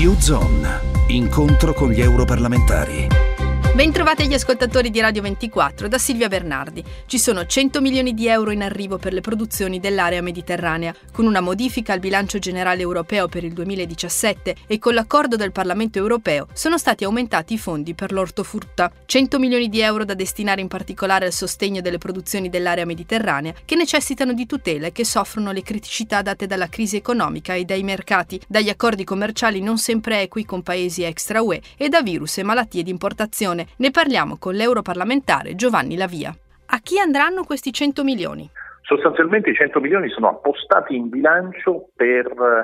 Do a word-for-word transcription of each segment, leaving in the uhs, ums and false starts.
U-Zone, incontro con gli europarlamentari. Bentrovati agli ascoltatori di Radio ventiquattro da Silvia Bernardi. Ci sono cento milioni di euro in arrivo per le produzioni dell'area mediterranea. Con una modifica al bilancio generale europeo per il duemiladiciassette e con l'accordo del Parlamento europeo sono stati aumentati i fondi per l'ortofrutta. cento milioni di euro da destinare in particolare al sostegno delle produzioni dell'area mediterranea che necessitano di tutele e che soffrono le criticità date dalla crisi economica e dai mercati, dagli accordi commerciali non sempre equi con paesi extra U E e da virus e malattie di importazione. Ne parliamo con l'europarlamentare Giovanni La Via. A chi andranno questi cento milioni? Sostanzialmente i cento milioni sono appostati in bilancio per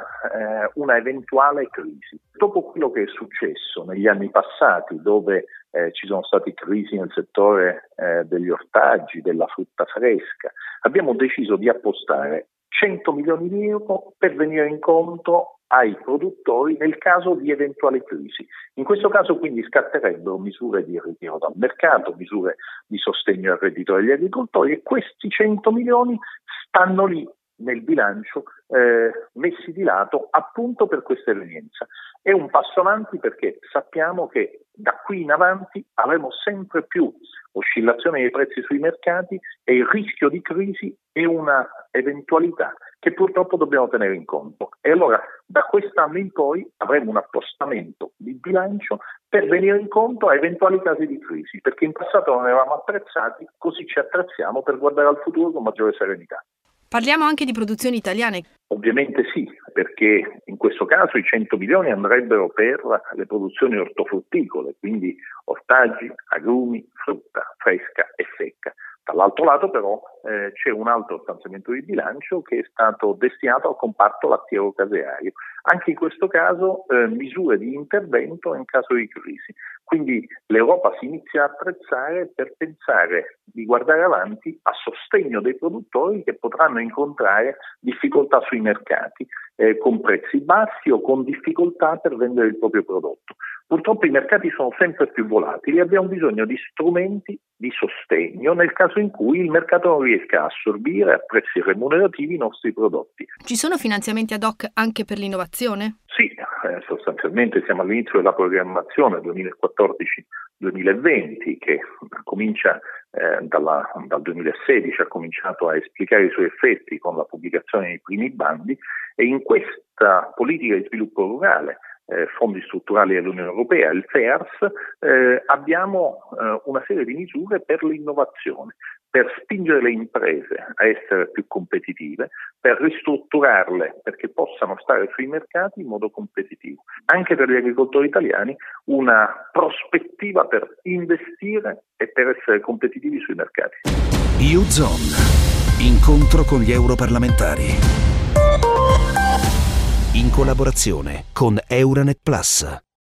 eh, una eventuale crisi. Dopo quello che è successo negli anni passati, dove eh, ci sono state crisi nel settore eh, degli ortaggi, della frutta fresca, abbiamo deciso di appostare cento milioni di euro per venire incontro ai produttori nel caso di eventuali crisi. In questo caso quindi scatterebbero misure di ritiro dal mercato, misure di sostegno al reddito degli agricoltori e questi cento milioni stanno lì nel bilancio eh, messi di lato appunto per questa evenienza. È un passo avanti perché sappiamo che da qui in avanti avremo sempre più oscillazioni dei prezzi sui mercati e il rischio di crisi è una eventualità che purtroppo dobbiamo tenere in conto. E allora da quest'anno in poi avremo un appostamento di bilancio per venire incontro a eventuali casi di crisi, perché in passato non eravamo attrezzati, così ci attrezziamo per guardare al futuro con maggiore serenità. Parliamo anche di produzioni italiane. Ovviamente sì, perché in questo caso i cento milioni andrebbero per le produzioni ortofrutticole, quindi ortaggi, agrumi, frutta fresca e secca. Dall'altro lato però eh, c'è un altro stanziamento di bilancio che è stato destinato al comparto lattiero-caseario. Anche in questo caso eh, misure di intervento in caso di crisi. Quindi l'Europa si inizia a attrezzare per pensare di guardare avanti a sostegno dei produttori che potranno incontrare difficoltà sui mercati eh, con prezzi bassi o con difficoltà per vendere il proprio prodotto. Purtroppo i mercati sono sempre più volatili e abbiamo bisogno di strumenti di sostegno nel caso in cui il mercato non riesca a assorbire a prezzi remunerativi i nostri prodotti. Ci sono finanziamenti ad hoc anche per l'innovazione? Sì, eh, sostanzialmente siamo all'inizio della programmazione duemilaquattordici duemilaventi che comincia eh, dalla, dal duemilasedici, ha cominciato a esplicare i suoi effetti con la pubblicazione dei primi bandi e in questa politica di sviluppo rurale Eh, fondi strutturali dell'Unione Europea, il F E A R S, eh, abbiamo eh, una serie di misure per l'innovazione, per spingere le imprese a essere più competitive, per ristrutturarle perché possano stare sui mercati in modo competitivo. Anche per gli agricoltori italiani una prospettiva per investire e per essere competitivi sui mercati. U-Zone, incontro con gli europarlamentari. In collaborazione con Euranet Plus.